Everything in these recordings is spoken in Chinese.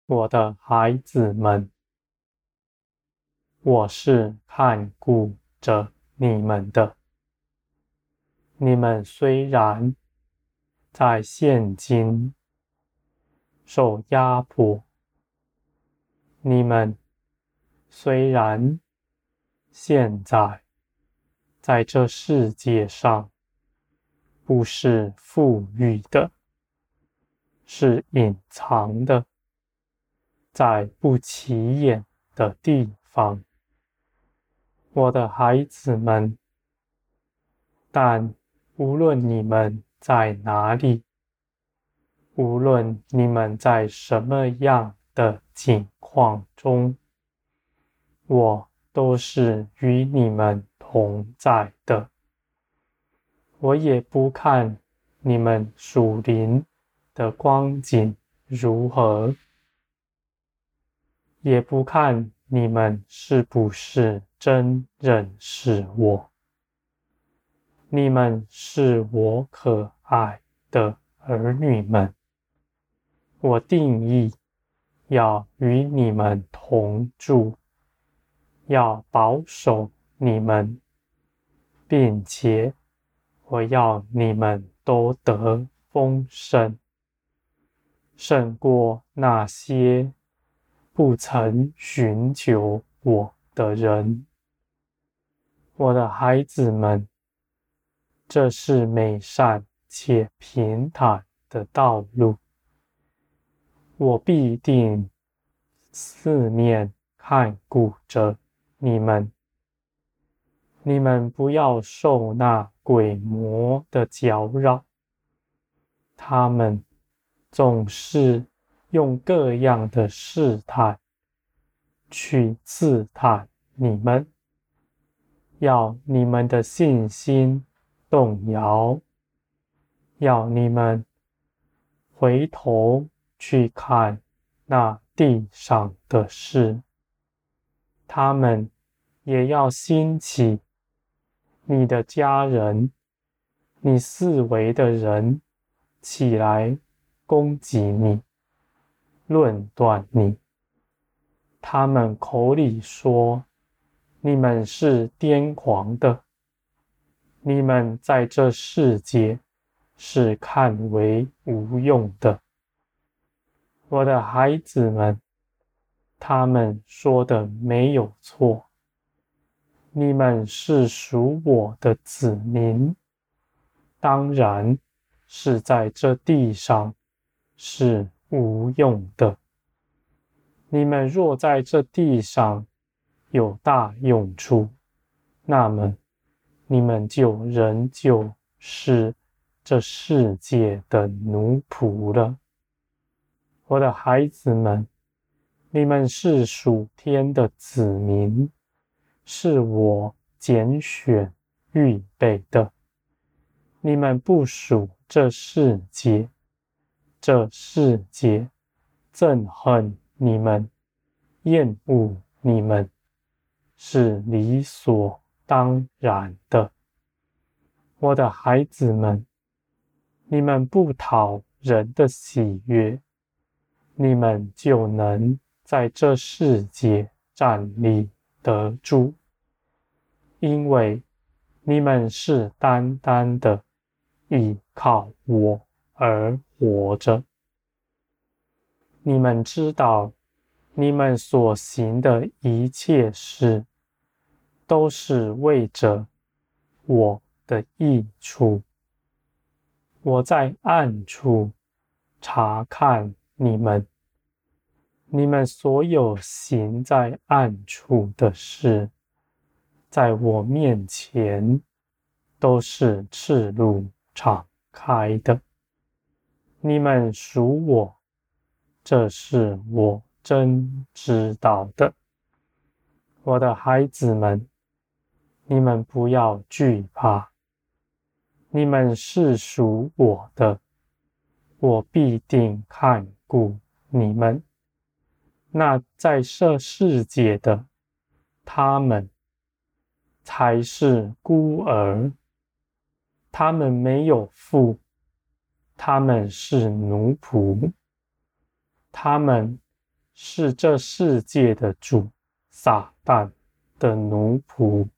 我的孩子们，我是看顾着你们的。你们虽然在现今受压迫，你们虽然现在这世界上不是富裕的，是隐藏的，在不起眼的地方。我的孩子们，但无论你们在哪里，无论你们在什么样的境况中，我都是与你们同在的。我也不看你们属灵的光景如何，也不看你们是不是真认识我。你们是我可爱的儿女们，我定义要与你们同住，要保守你们，并且我要你们都得丰盛，胜过那些不曾寻求我的人。我的孩子们，这是美善且平坦的道路。我必定四面看顾着你们。你们不要受那鬼魔的搅扰，他们总是用各样的试探去刺探你们，要你们的信心动摇，要你们回头去看那地上的事。他们也要兴起你的家人，你四围的人起来攻击你，论断你。他们口里说你们是癫狂的，你们在这世界是看为无用的。我的孩子们，他们说的没有错。你们是属我的子民，当然是在这地上是无用的。你们若在这地上有大用处，那么你们就仍旧是这世界的奴仆了。我的孩子们，你们是属天的子民，是我拣选预备的。你们不属这世界，这世界憎恨你们，厌恶你们，是理所当然的。我的孩子们，你们不讨人的喜悦，你们就能在这世界站立得住，因为你们是单单的依靠我而活着。你们知道，你们所行的一切事，都是为着我的益处。我在暗处察看你们，你们所有行在暗处的事，在我面前都是赤露敞开的。你们属我，这是我真知道的。我的孩子们，你们不要惧怕，你们是属我的，我必定看顾你们。那在这世界的，他们才是孤儿，他们没有父，他们是奴仆，他们是这世界的主撒旦的奴仆，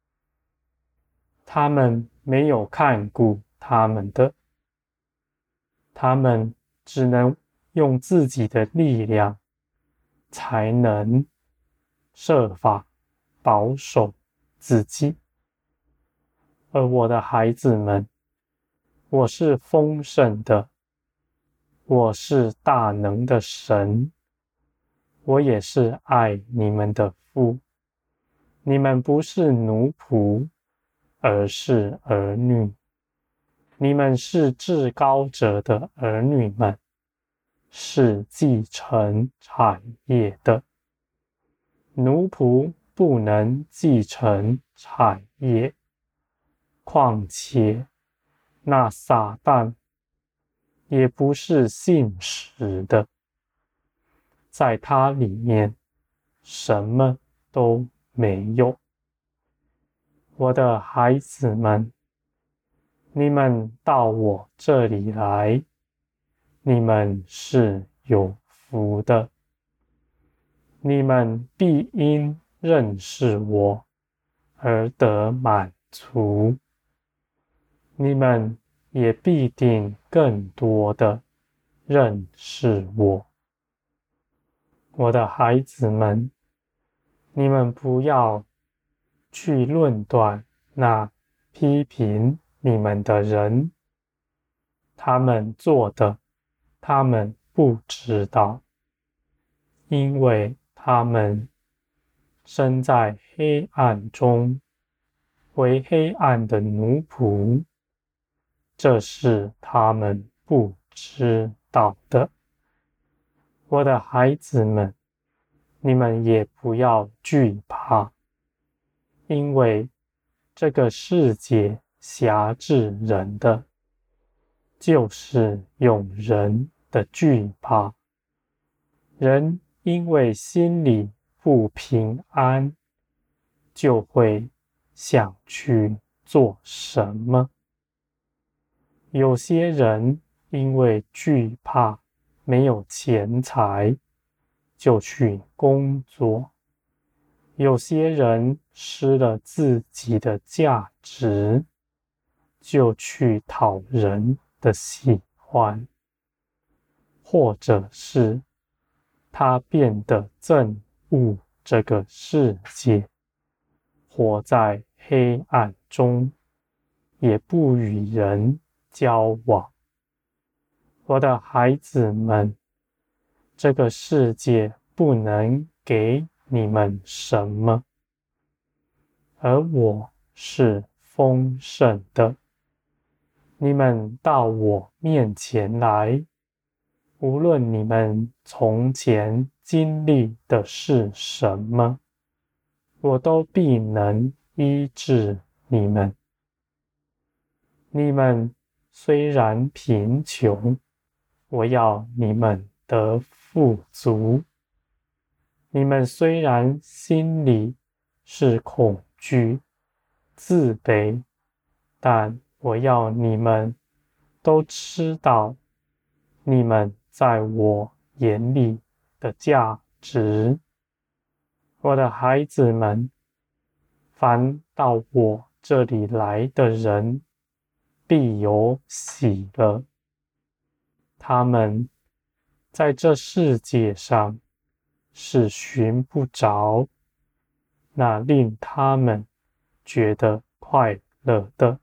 他们没有看顾他们的，他们只能用自己的力量，才能设法保守自己。而我的孩子们，我是丰盛的，我是大能的神，我也是爱你们的父。你们不是奴仆，而是儿女。你们是至高者的儿女们，是继承产业的。奴仆不能继承产业，况且那撒旦也不是信实的，在他里面什么都没有。我的孩子们，你们到我这里来，你们是有福的。你们必因认识我而得满足，你们也必定更多的认识我。我的孩子们，你们不要去论断那批评你们的人，他们做的，他们不知道，因为他们身在黑暗中，为黑暗的奴仆，这是他们不知道的。我的孩子们，你们也不要惧怕，因为这个世界辖制人的，就是用人的惧怕。人因为心里不平安，就会想去做什么。有些人因为惧怕没有钱财，就去工作。有些人失了自己的价值，就去讨人的喜欢，或者是他变得憎恶这个世界，活在黑暗中，也不与人交往。我的孩子们，这个世界不能给你们什么，而我是丰盛的。你们到我面前来，无论你们从前经历的是什么，我都必能医治你们。你们虽然贫穷，我要你们得富足。你们虽然心里是恐惧、自卑，但我要你们都知道，你们在我眼里的价值。我的孩子们，凡到我这里来的人，必有喜乐。他们在这世界上是寻不着那令他们觉得快乐的，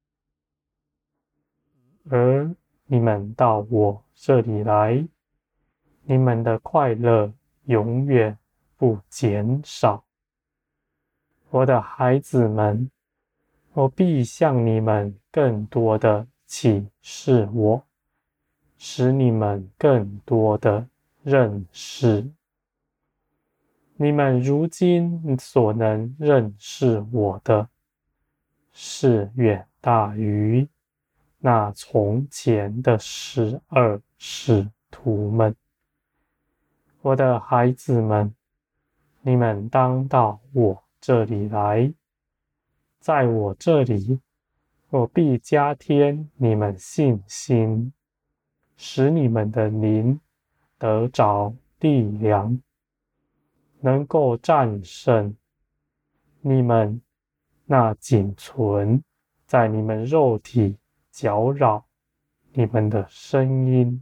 而你们到我这里来，你们的快乐永远不减少。我的孩子们，我必向你们更多的启示我，使你们更多的认识。你们如今所能认识我的，是远大于那从前的12使徒们。我的孩子们，你们当到我这里来，在我这里，我必加添你们信心，使你们的灵得着力量，能够战胜你们那仅存在你们肉体搅扰你们的声音。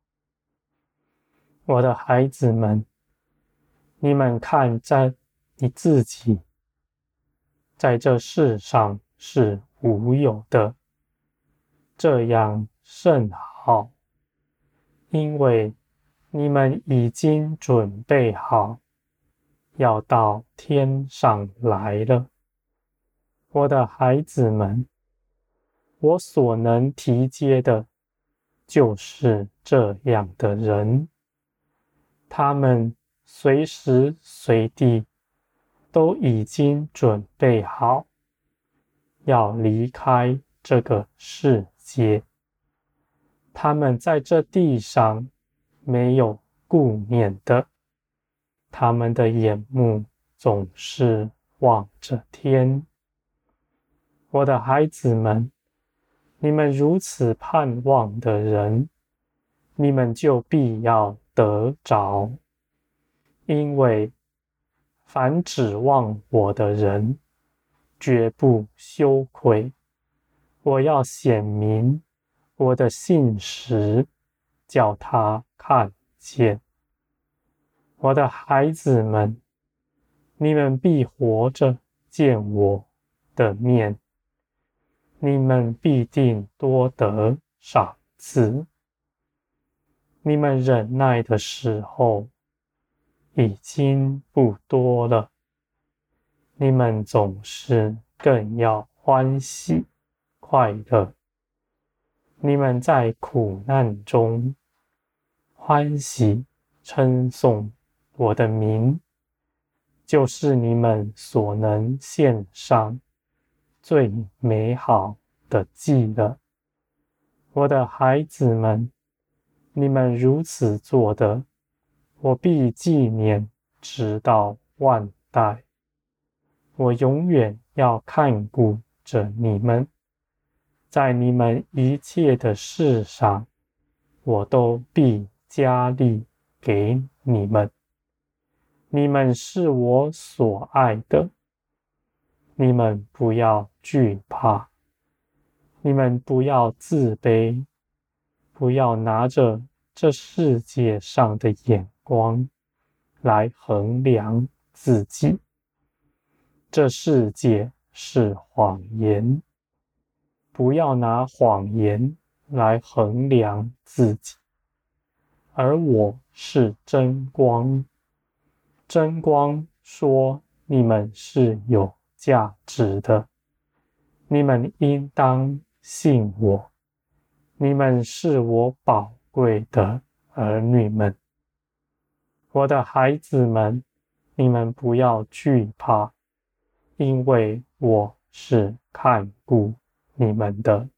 我的孩子们，你们看在你自己在这世上是无有的，这样甚好，因为你们已经准备好要到天上来了。我的孩子们，我所能提接的就是这样的人，他们随时随地都已经准备好要离开这个世界。他们在这地上没有顾念的，他们的眼目总是望着天。我的孩子们，你们如此盼望的人，你们就必要得着，因为凡指望我的人，绝不羞愧。我要显明我的信实，叫他看见。我的孩子们，你们必活着见我的面，你们必定多得赏赐。你们忍耐的时候已经不多了，你们总是更要欢喜快乐。你们在苦难中欢喜称颂我的名，就是你们所能献上最美好的祭了。我的孩子们，你们如此做的，我必纪念直到万代。我永远要看顾着你们，在你们一切的事上，我都必加力给你们。你们是我所爱的，你们不要惧怕，你们不要自卑，不要拿着这世界上的眼光来衡量自己。这世界是谎言，不要拿谎言来衡量自己。而我是真光，真光说你们是有价值的，你们应当信我，你们是我宝贵的儿女们。我的孩子们，你们不要惧怕，因为我是看顾你们的。